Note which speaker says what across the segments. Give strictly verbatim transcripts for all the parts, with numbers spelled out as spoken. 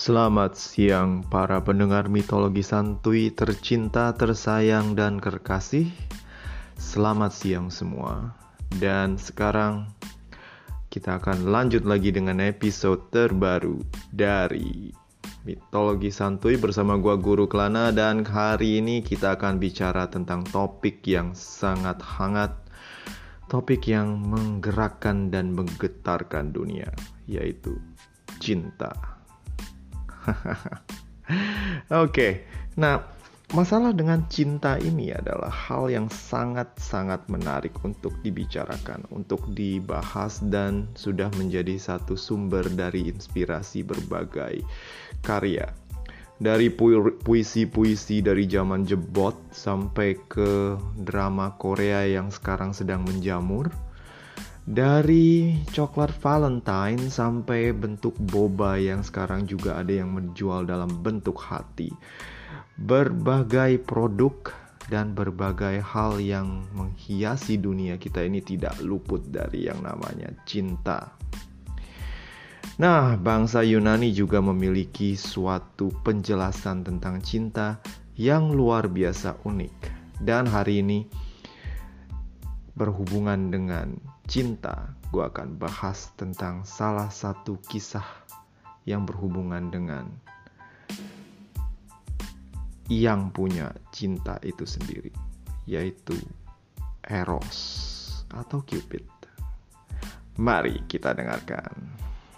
Speaker 1: Selamat siang para pendengar mitologi santuy tercinta, tersayang, dan terkasih. Selamat siang semua. Dan sekarang kita akan lanjut lagi dengan episode terbaru dari mitologi santuy bersama gua Guru Klana. Dan hari ini kita akan bicara tentang topik yang sangat hangat, topik yang menggerakkan dan menggetarkan dunia, yaitu cinta. Oke, okay. Nah, masalah dengan cinta ini adalah hal yang sangat-sangat menarik untuk dibicarakan, untuk dibahas, dan sudah menjadi satu sumber dari inspirasi berbagai karya. Dari pu- puisi-puisi dari zaman jebot sampai ke drama Korea yang sekarang sedang menjamur. Dari coklat Valentine sampai bentuk boba yang sekarang juga ada yang menjual dalam bentuk hati. Berbagai produk dan berbagai hal yang menghiasi dunia kita ini tidak luput dari yang namanya cinta. Nah, bangsa Yunani juga memiliki suatu penjelasan tentang cinta yang luar biasa unik. Dan hari ini berhubungan dengan cinta, gue akan bahas tentang salah satu kisah yang berhubungan dengan yang punya cinta itu sendiri, yaitu Eros atau Cupid. Mari kita dengarkan.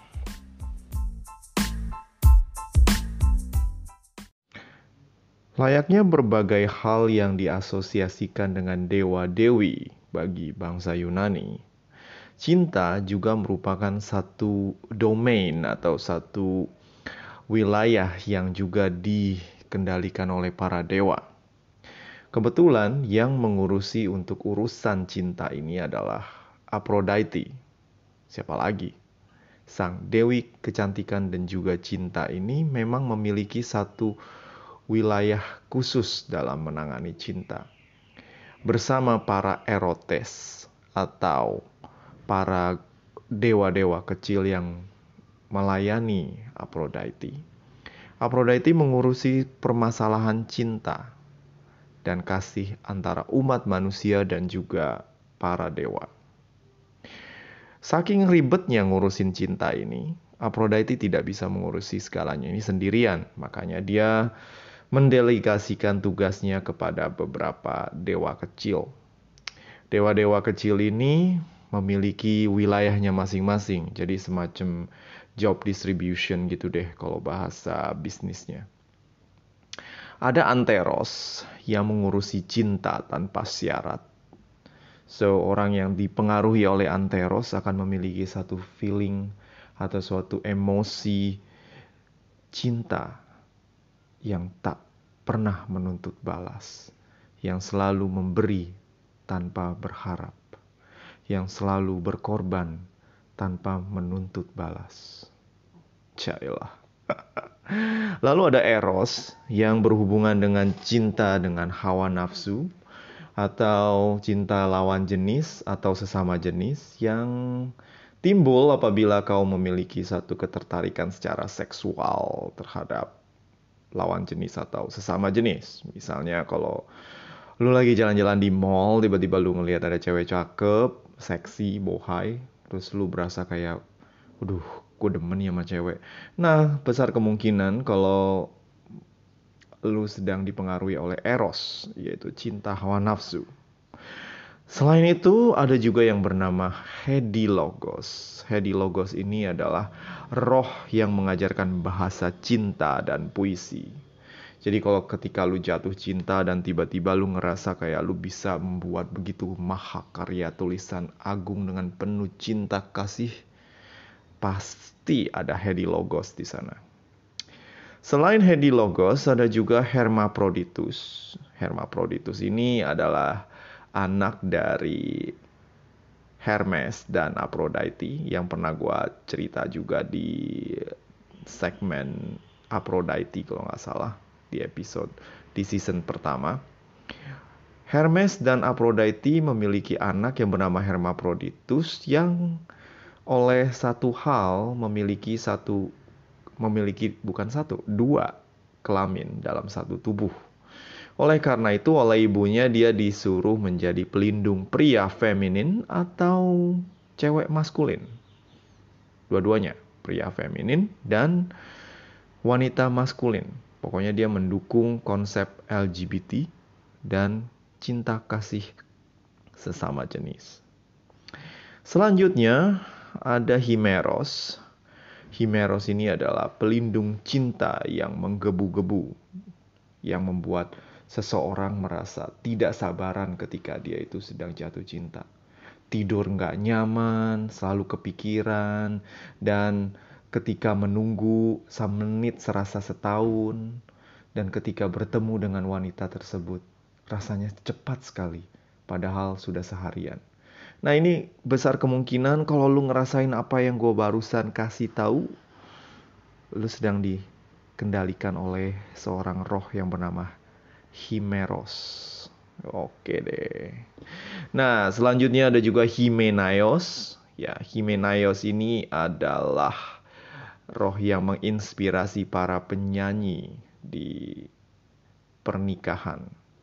Speaker 1: Layaknya berbagai hal yang diasosiasikan dengan dewa-dewi bagi bangsa Yunani, cinta juga merupakan satu domain atau satu wilayah yang juga dikendalikan oleh para dewa. Kebetulan yang mengurusi untuk urusan cinta ini adalah Aphrodite. Siapa lagi? Sang dewi kecantikan dan juga cinta ini memang memiliki satu wilayah khusus dalam menangani cinta. Bersama para erotes atau para dewa-dewa kecil yang melayani Aphrodite. Aphrodite mengurusi permasalahan cinta dan kasih antara umat manusia dan juga para dewa. Saking ribetnya ngurusin cinta ini, Aphrodite tidak bisa mengurusi segalanya ini sendirian. Makanya dia mendelegasikan tugasnya kepada beberapa dewa kecil. Dewa-dewa kecil ini memiliki wilayahnya masing-masing. Jadi semacam job distribution gitu deh kalau bahasa bisnisnya. Ada Anteros yang mengurusi cinta tanpa syarat. So, orang yang dipengaruhi oleh Anteros akan memiliki satu feeling atau suatu emosi cinta yang tak pernah menuntut balas, yang selalu memberi tanpa berharap, yang selalu berkorban tanpa menuntut balas. Cailah. Lalu ada Eros yang berhubungan dengan cinta dengan hawa nafsu atau cinta lawan jenis atau sesama jenis yang timbul apabila kau memiliki satu ketertarikan secara seksual terhadap lawan jenis atau sesama jenis. Misalnya kalau lu lagi jalan-jalan di mall, tiba-tiba lu ngelihat ada cewek cakep, seksi, bohai, terus lu berasa kayak, waduh, gue demen ya sama cewek. Nah, besar kemungkinan kalau lu sedang dipengaruhi oleh Eros, yaitu cinta hawa nafsu. Selain itu, ada juga yang bernama Hedilogos. Hedilogos ini adalah roh yang mengajarkan bahasa cinta dan puisi. Jadi kalau ketika lu jatuh cinta dan tiba-tiba lu ngerasa kayak lu bisa membuat begitu mahakarya tulisan agung dengan penuh cinta kasih, pasti ada Hedilogos di sana. Selain Hedilogos, ada juga Hermaphroditus. Hermaphroditus ini adalah anak dari Hermes dan Aphrodite yang pernah gue cerita juga di segmen Aphrodite kalau nggak salah di episode di season pertama. Hermes dan Aphrodite memiliki anak yang bernama Hermaphroditus yang oleh satu hal memiliki satu memiliki bukan satu, dua kelamin dalam satu tubuh. Oleh karena itu, oleh ibunya dia disuruh menjadi pelindung pria feminin atau cewek maskulin. Dua-duanya, pria feminin dan wanita maskulin. Pokoknya dia mendukung konsep L G B T dan cinta kasih sesama jenis. Selanjutnya ada Himeros. Himeros ini adalah pelindung cinta yang menggebu-gebu, yang membuat seseorang merasa tidak sabaran ketika dia itu sedang jatuh cinta. Tidur nggak nyaman, selalu kepikiran, dan ketika menunggu semenit serasa setahun, dan ketika bertemu dengan wanita tersebut, rasanya cepat sekali, padahal sudah seharian. Nah ini besar kemungkinan kalau lu ngerasain apa yang gue barusan kasih tahu, lu sedang dikendalikan oleh seorang roh yang bernama Himeros. Oke deh. Nah selanjutnya ada juga Himenaios. Ya, Himenaios ini adalah roh yang menginspirasi para penyanyi di pernikahan.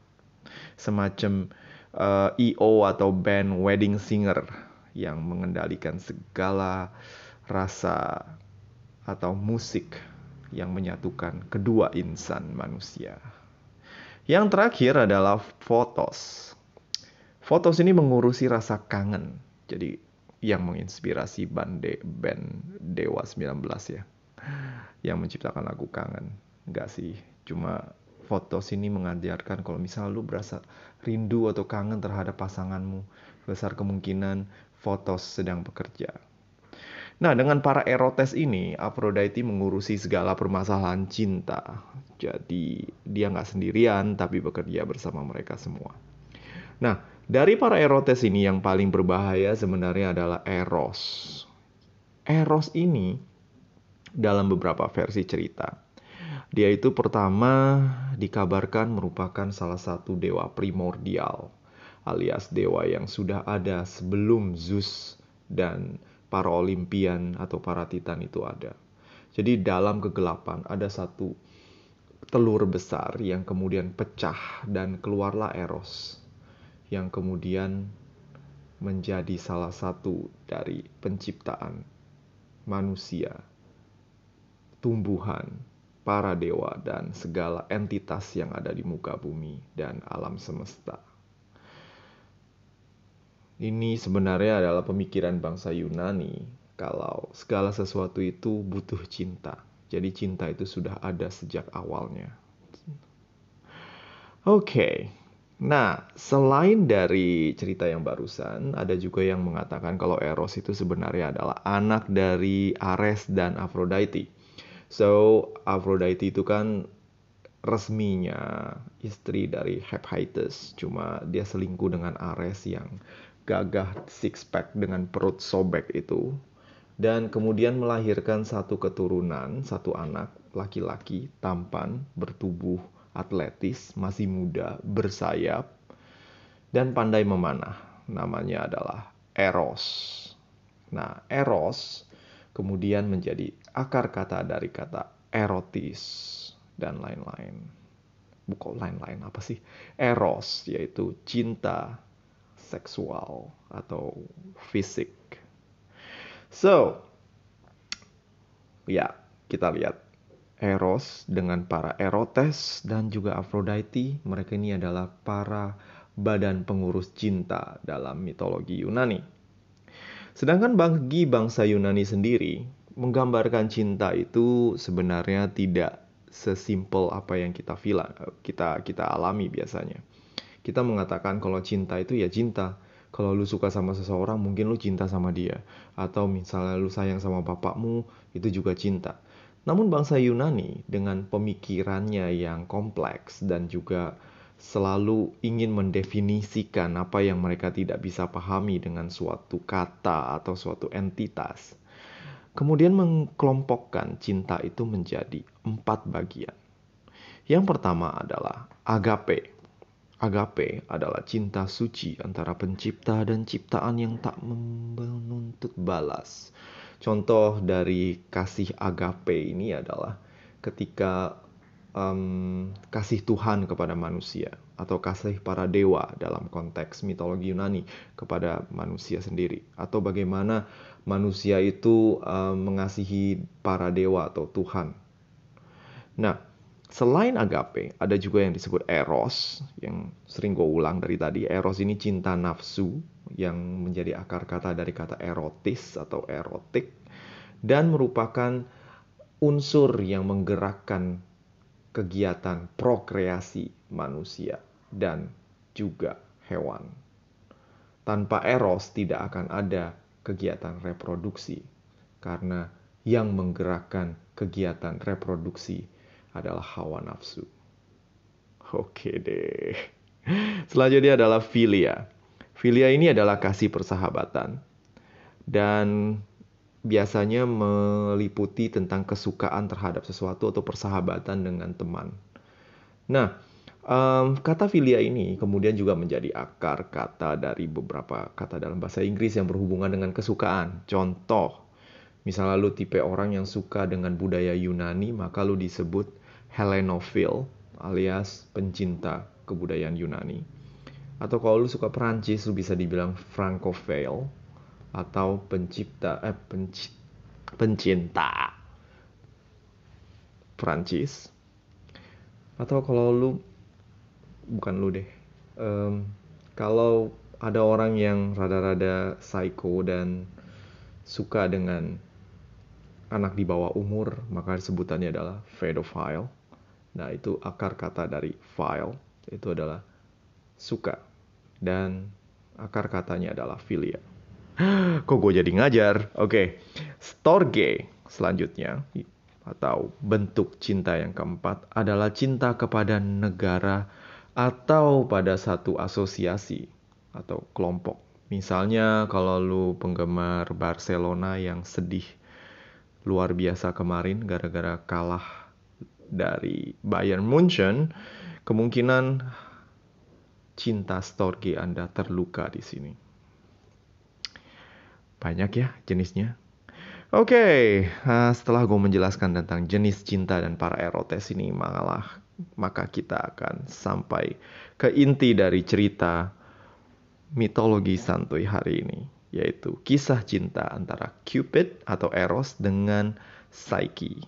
Speaker 1: Semacam uh, E O atau band wedding singer yang mengendalikan segala rasa atau musik yang menyatukan kedua insan manusia. Yang terakhir adalah Photos. Photos ini mengurusi rasa kangen. Jadi yang menginspirasi band, de, band Dewa sembilan belas ya. Yang menciptakan lagu Kangen. Enggak sih, cuma Photos ini mengajarkan kalau misalnya lu berasa rindu atau kangen terhadap pasanganmu, besar kemungkinan Photos sedang bekerja. Nah, dengan para erotes ini, Aphrodite mengurusi segala permasalahan cinta. Jadi, dia nggak sendirian, tapi bekerja bersama mereka semua. Nah, dari para erotes ini yang paling berbahaya sebenarnya adalah Eros. Eros ini, dalam beberapa versi cerita, dia itu pertama dikabarkan merupakan salah satu dewa primordial, alias dewa yang sudah ada sebelum Zeus dan para Olimpian atau para Titan itu ada. Jadi dalam kegelapan ada satu telur besar yang kemudian pecah dan keluarlah Eros, yang kemudian menjadi salah satu dari penciptaan manusia, tumbuhan, para dewa, dan segala entitas yang ada di muka bumi dan alam semesta. Ini sebenarnya adalah pemikiran bangsa Yunani kalau segala sesuatu itu butuh cinta. Jadi cinta itu sudah ada sejak awalnya. Oke, okay. Nah selain dari cerita yang barusan, ada juga yang mengatakan kalau Eros itu sebenarnya adalah anak dari Ares dan Aphrodite. So, Aphrodite itu kan resminya istri dari Hephaestus. Cuma dia selingkuh dengan Ares yang gagah six pack dengan perut sobek itu. Dan kemudian melahirkan satu keturunan, satu anak laki-laki, tampan, bertubuh, atletis, masih muda, bersayap, dan pandai memanah. Namanya adalah Eros. Nah, Eros kemudian menjadi akar kata dari kata erotis dan lain-lain. Bukan lain-lain apa sih? Eros yaitu cinta seksual atau fisik. So, ya kita lihat Eros dengan para erotes dan juga Aphrodite. Mereka ini adalah para badan pengurus cinta dalam mitologi Yunani. Sedangkan bagi bangsa Yunani sendiri, menggambarkan cinta itu sebenarnya tidak sesimpel apa yang kita fila, kita kita alami biasanya. Kita mengatakan kalau cinta itu ya cinta. Kalau lu suka sama seseorang, mungkin lu cinta sama dia. Atau misalnya lu sayang sama bapakmu, itu juga cinta. Namun bangsa Yunani dengan pemikirannya yang kompleks dan juga selalu ingin mendefinisikan apa yang mereka tidak bisa pahami dengan suatu kata atau suatu entitas. Kemudian mengkelompokkan cinta itu menjadi empat bagian. Yang pertama adalah agape. Agape adalah cinta suci antara pencipta dan ciptaan yang tak menuntut balas. Contoh dari kasih agape ini adalah ketika um, kasih Tuhan kepada manusia atau kasih para dewa dalam konteks mitologi Yunani kepada manusia sendiri, atau bagaimana manusia itu um, mengasihi para dewa atau Tuhan. Nah, selain agape, ada juga yang disebut eros, yang sering gue ulang dari tadi. Eros ini cinta nafsu, yang menjadi akar kata dari kata erotis atau erotik, dan merupakan unsur yang menggerakkan kegiatan prokreasi manusia dan juga hewan. Tanpa eros tidak akan ada kegiatan reproduksi, karena yang menggerakkan kegiatan reproduksi adalah hawa nafsu. Oke deh. Selanjutnya adalah philia. Philia ini adalah kasih persahabatan, dan biasanya meliputi tentang kesukaan terhadap sesuatu atau persahabatan dengan teman. Nah, um, kata philia ini kemudian juga menjadi akar kata dari beberapa kata dalam bahasa Inggris yang berhubungan dengan kesukaan. Contoh, misalnya lu tipe orang yang suka dengan budaya Yunani, maka lu disebut Hellenophile alias pencinta kebudayaan Yunani. Atau kalau lu suka Perancis, lu bisa dibilang Francophile atau pencipta eh penci, pencinta Perancis. Atau kalau lu bukan lu deh. Um, kalau ada orang yang rada-rada psycho dan suka dengan anak di bawah umur, maka sebutannya adalah pedophile. Nah, itu akar kata dari phile, itu adalah suka. Dan akar katanya adalah philia. Kok gue jadi ngajar? Oke, okay. Storge selanjutnya, atau bentuk cinta yang keempat, adalah cinta kepada negara atau pada satu asosiasi atau kelompok. Misalnya kalau lu penggemar Barcelona yang sedih luar biasa kemarin gara-gara kalah dari Bayern Munchen, kemungkinan cinta Storge Anda terluka di sini. Banyak ya jenisnya. Oke, okay, uh, setelah gue menjelaskan tentang jenis cinta dan para erotes ini, malah maka kita akan sampai ke inti dari cerita mitologi santuy hari ini, yaitu kisah cinta antara Cupid atau Eros dengan Psyche.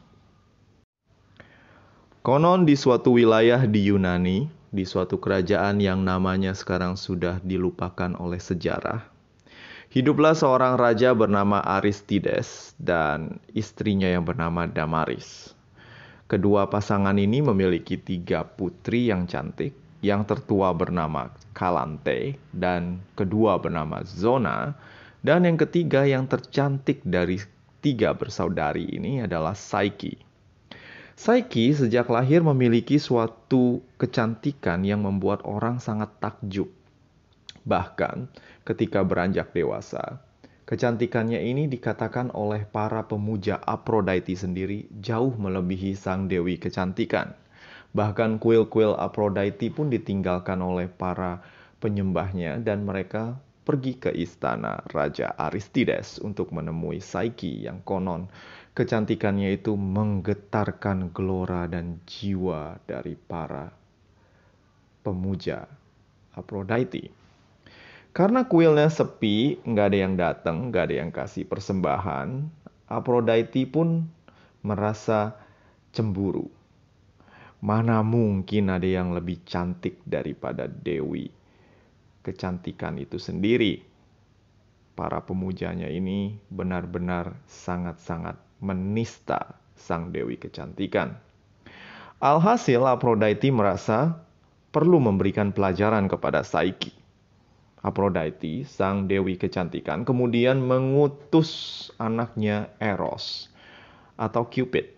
Speaker 1: Konon di suatu wilayah di Yunani, di suatu kerajaan yang namanya sekarang sudah dilupakan oleh sejarah, hiduplah seorang raja bernama Aristides dan istrinya yang bernama Damaris. Kedua pasangan ini memiliki tiga putri yang cantik. Yang tertua bernama Kalante dan kedua bernama Zona. Dan yang ketiga yang tercantik dari tiga bersaudari ini adalah Psyche. Psyche sejak lahir memiliki suatu kecantikan yang membuat orang sangat takjub. Bahkan ketika beranjak dewasa, kecantikannya ini dikatakan oleh para pemuja Aphrodite sendiri jauh melebihi sang dewi kecantikan. Bahkan kuil-kuil Aphrodite pun ditinggalkan oleh para penyembahnya dan mereka pergi ke istana Raja Aristides untuk menemui Psyche yang konon kecantikannya itu menggetarkan gelora dan jiwa dari para pemuja Aphrodite. Karena kuilnya sepi, nggak ada yang datang, nggak ada yang kasih persembahan, Aphrodite pun merasa cemburu. Mana mungkin ada yang lebih cantik daripada Dewi kecantikan itu sendiri. Para pemujanya ini benar-benar sangat-sangat menista sang Dewi kecantikan. Alhasil Aphrodite merasa perlu memberikan pelajaran kepada Psyche. Aphrodite, sang Dewi kecantikan, kemudian mengutus anaknya Eros atau Cupid.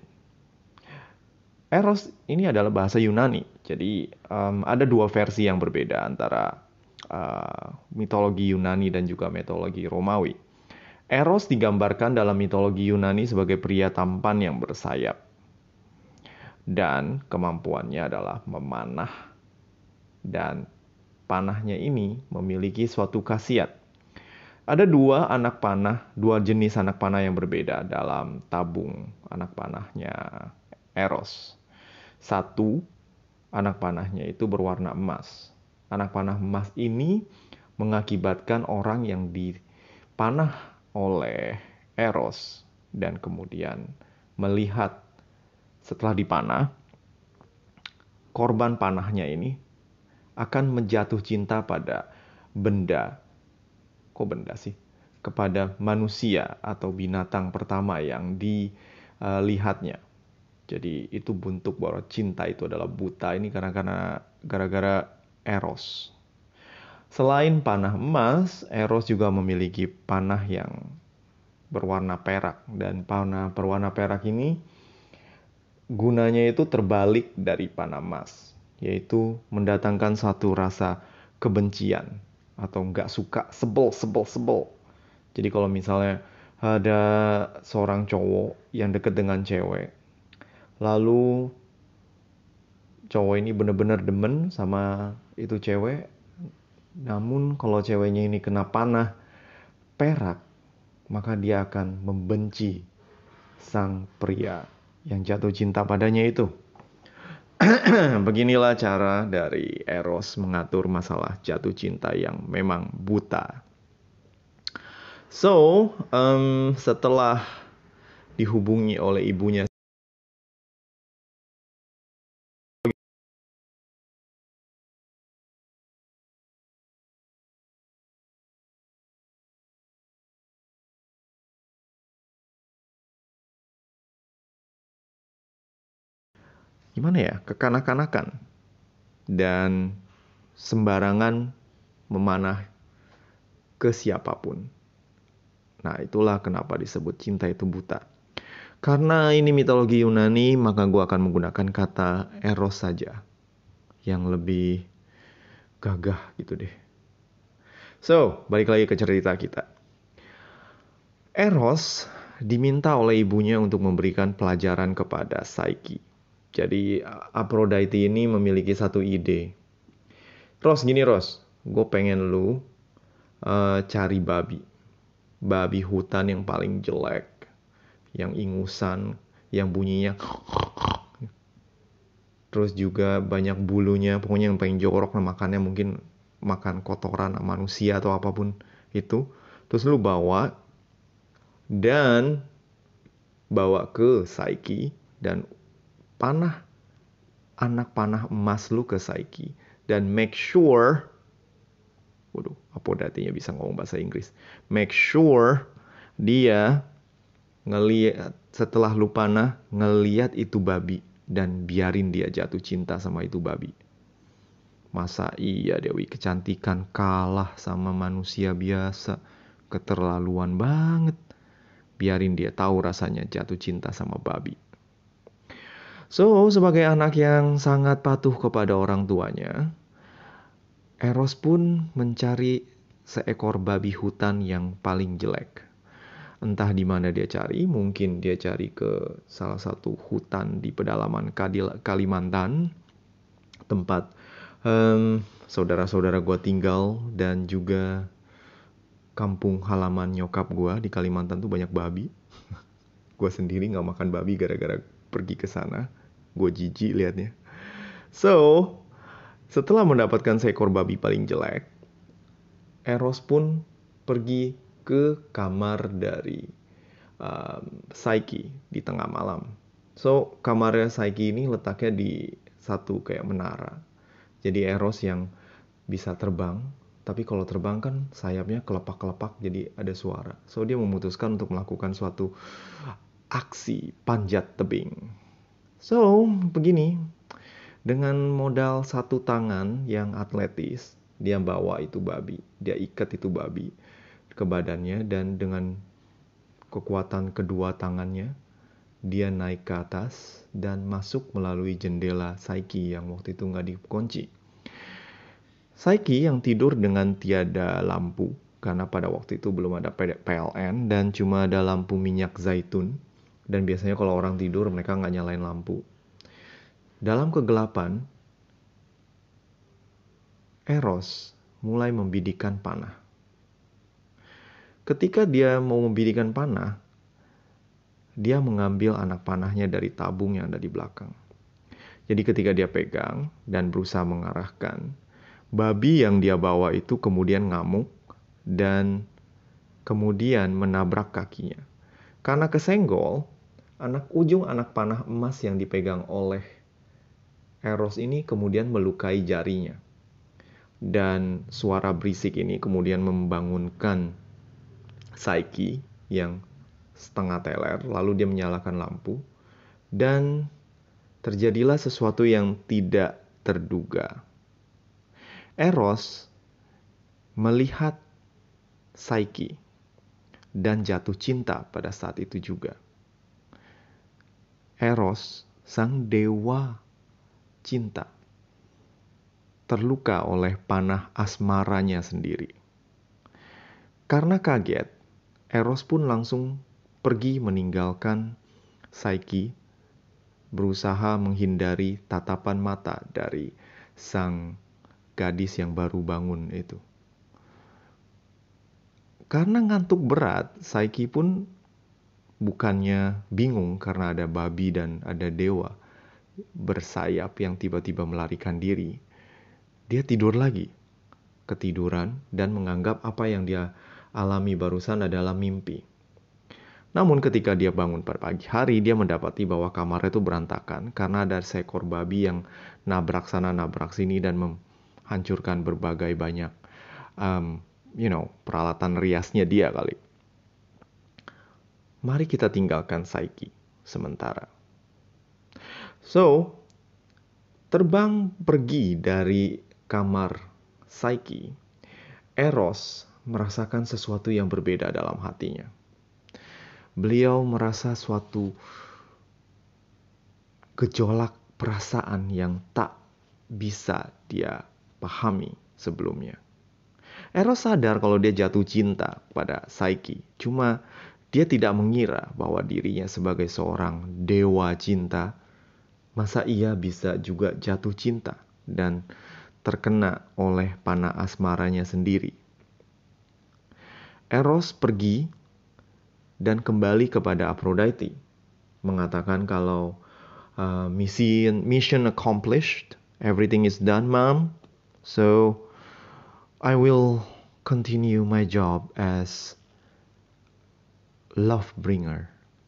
Speaker 1: Eros ini adalah bahasa Yunani, jadi um, ada dua versi yang berbeda antara uh, mitologi Yunani dan juga mitologi Romawi. Eros digambarkan dalam mitologi Yunani sebagai pria tampan yang bersayap, dan kemampuannya adalah memanah, dan panahnya ini memiliki suatu khasiat. Ada dua anak panah, dua jenis anak panah yang berbeda dalam tabung anak panahnya Eros. Satu, anak panahnya itu berwarna emas. Anak panah emas ini mengakibatkan orang yang dipanah oleh Eros dan kemudian melihat setelah dipanah, korban panahnya ini akan menjatuh cinta pada benda, kok benda sih? Kepada manusia atau binatang pertama yang dilihatnya. Jadi itu bentuk bahwa cinta itu adalah buta ini karena karena gara-gara Eros. Selain panah emas, Eros juga memiliki panah yang berwarna perak, dan panah berwarna perak ini gunanya itu terbalik dari panah emas, yaitu mendatangkan satu rasa kebencian atau nggak suka, sebel, sebel, sebel. Jadi kalau misalnya ada seorang cowok yang deket dengan cewek, lalu cowok ini bener-bener demen sama itu cewek, namun kalau ceweknya ini kena panah perak, maka dia akan membenci sang pria yang jatuh cinta padanya itu. Beginilah cara dari Eros mengatur masalah jatuh cinta yang memang buta. So, um, setelah dihubungi oleh ibunya, gimana ya, kekanak-kanakan dan sembarangan memanah ke siapapun. Nah, itulah kenapa disebut cinta itu buta. Karena ini mitologi Yunani, maka gue akan menggunakan kata Eros saja, yang lebih gagah gitu deh. So, balik lagi ke cerita kita. Eros diminta oleh ibunya untuk memberikan pelajaran kepada Psyche. Jadi Aphrodite ini memiliki satu ide. Ros, gini Ros, gue pengen lu uh, cari babi. Babi hutan yang paling jelek, yang ingusan, yang bunyinya terus juga banyak bulunya, pokoknya yang paling jorok lah makannya, mungkin makan kotoran manusia atau apapun itu. Terus lu bawa dan bawa ke Psyche dan panah anak panah emas lu ke Psyche dan make sure, waduh, Aphrodite-nya bisa ngomong bahasa Inggris. Make sure dia ngelihat setelah lu panah, ngelihat itu babi dan biarin dia jatuh cinta sama itu babi. Masa iya Dewi kecantikan kalah sama manusia biasa? Keterlaluan banget. Biarin dia tahu rasanya jatuh cinta sama babi. So, sebagai anak yang sangat patuh kepada orang tuanya, Eros pun mencari seekor babi hutan yang paling jelek. Entah di mana dia cari, mungkin dia cari ke salah satu hutan di pedalaman Kalimantan, tempat um, saudara-saudara gue tinggal, dan juga kampung halaman nyokap gue di Kalimantan tuh banyak babi. Gue sendiri gak makan babi gara-gara pergi ke sana. Gue jijik liatnya. So, setelah mendapatkan seekor babi paling jelek, Eros pun pergi ke kamar dari um, Psyche di tengah malam. So, kamarnya Psyche ini letaknya di satu kayak menara. Jadi Eros yang bisa terbang, tapi kalau terbang kan sayapnya kelepak-kelepak jadi ada suara. So, dia memutuskan untuk melakukan suatu aksi panjat tebing. So, begini, dengan modal satu tangan yang atletis, dia bawa itu babi, dia ikat itu babi ke badannya, dan dengan kekuatan kedua tangannya, dia naik ke atas dan masuk melalui jendela Psyche yang waktu itu nggak dikunci. Psyche yang tidur dengan tiada lampu, karena pada waktu itu belum ada P L N dan cuma ada lampu minyak zaitun. Dan biasanya kalau orang tidur mereka nggak nyalain lampu. Dalam kegelapan, Eros mulai membidikan panah. ketika dia mau membidikan panah, dia mengambil anak panahnya dari tabung yang ada di belakang. Jadi ketika dia pegang dan berusaha mengarahkan, babi yang dia bawa itu kemudian ngamuk dan kemudian menabrak kakinya. Karena kesenggol, anak ujung anak panah emas yang dipegang oleh Eros ini kemudian melukai jarinya. Dan suara berisik ini kemudian membangunkan Psyche yang setengah teler, lalu dia menyalakan lampu. Dan terjadilah sesuatu yang tidak terduga. Eros melihat Psyche dan jatuh cinta pada saat itu juga. Eros, sang dewa cinta, terluka oleh panah asmaranya sendiri. Karena kaget, Eros pun langsung pergi meninggalkan Psyche, berusaha menghindari tatapan mata dari sang gadis yang baru bangun itu. Karena ngantuk berat, Psyche pun bukannya bingung karena ada babi dan ada dewa bersayap yang tiba-tiba melarikan diri. Dia tidur lagi, ketiduran, dan menganggap apa yang dia alami barusan adalah mimpi. Namun ketika dia bangun pada pagi hari, dia mendapati bahwa kamarnya itu berantakan karena ada seekor babi yang nabrak sana nabrak sini dan menghancurkan berbagai banyak um, you know, peralatan riasnya dia kali. Mari kita tinggalkan Psyche sementara. So, terbang pergi dari kamar Psyche, Eros merasakan sesuatu yang berbeda dalam hatinya. Beliau merasa suatu gejolak perasaan yang tak bisa dia pahami sebelumnya. Eros sadar kalau dia jatuh cinta pada Psyche, cuma dia tidak mengira bahwa dirinya sebagai seorang dewa cinta, masa ia bisa juga jatuh cinta dan terkena oleh panah asmaranya sendiri. Eros pergi dan kembali kepada Aphrodite, mengatakan kalau uh, mission, mission accomplished, everything is done, mom. So I will continue my job as love bringer.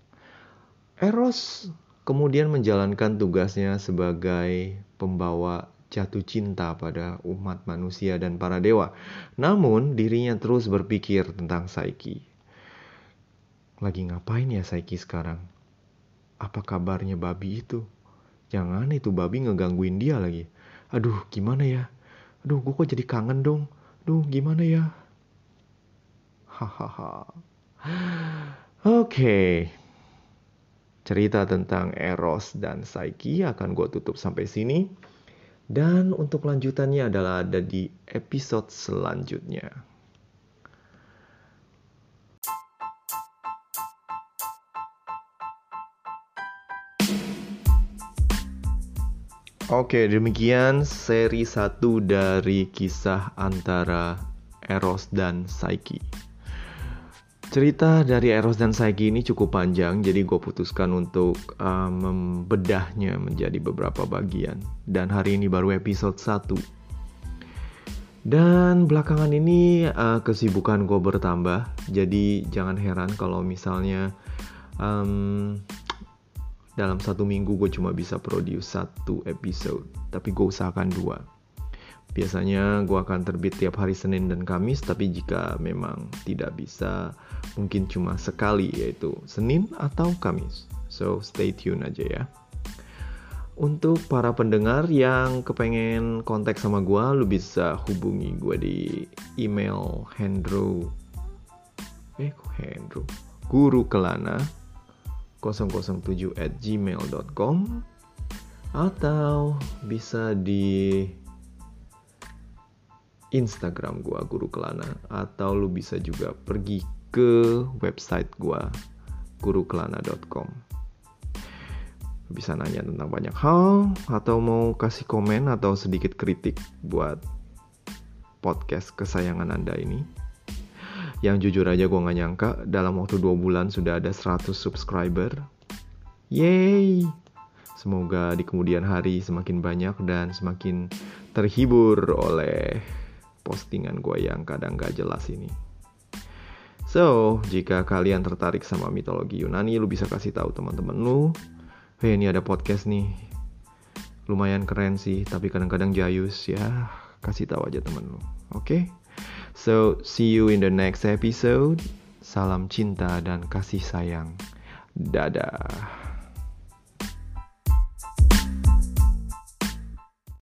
Speaker 1: Eros kemudian menjalankan tugasnya sebagai pembawa jatuh cinta pada umat manusia dan para dewa. Namun dirinya terus berpikir tentang Psyche. Lagi ngapain ya Psyche sekarang? Apa kabarnya babi itu? Jangan itu babi ngegangguin dia lagi. Aduh gimana ya? Aduh gue kok jadi kangen dong. Aduh gimana ya? Hahaha. Oke. Okay. Cerita tentang Eros dan Psyche akan gue tutup sampai sini. Dan untuk lanjutannya adalah ada di episode selanjutnya. Oke, demikian seri satu dari kisah antara Eros dan Psyche. Cerita dari Eros dan Psyche ini cukup panjang, jadi gue putuskan untuk uh, membedahnya menjadi beberapa bagian. Dan hari ini baru episode satu. Dan belakangan ini uh, kesibukan gue bertambah, jadi jangan heran kalau misalnya um, dalam satu minggu gue cuma bisa produce satu episode, tapi gue usahakan dua. Biasanya gue akan terbit tiap hari Senin dan Kamis, tapi jika memang tidak bisa, mungkin cuma sekali, yaitu Senin atau Kamis. So stay tune aja ya. Untuk para pendengar yang kepengen kontak sama gue, lu bisa hubungi gue di email Hendro Eh kok Hendro Guru Kelana nol nol tujuh at gmail dot com, atau bisa di Instagram gua Guru Kelana, atau lu bisa juga pergi ke website gua guru kelana dot com. Bisa nanya tentang banyak hal, atau mau kasih komen atau sedikit kritik buat podcast kesayangan Anda ini. Yang jujur aja gue gak nyangka dalam waktu dua bulan sudah ada seratus subscriber. Yeay! Semoga di kemudian hari semakin banyak dan semakin terhibur oleh postingan gue yang kadang gak jelas ini. So, jika kalian tertarik sama mitologi Yunani, lu bisa kasih tahu teman-teman lu, hey, ini ada podcast nih, lumayan keren sih, tapi kadang-kadang jayus ya. Kasih tahu aja temen lu, oke? Okay? So, see you in the next episode. Salam cinta dan kasih sayang. Dadah.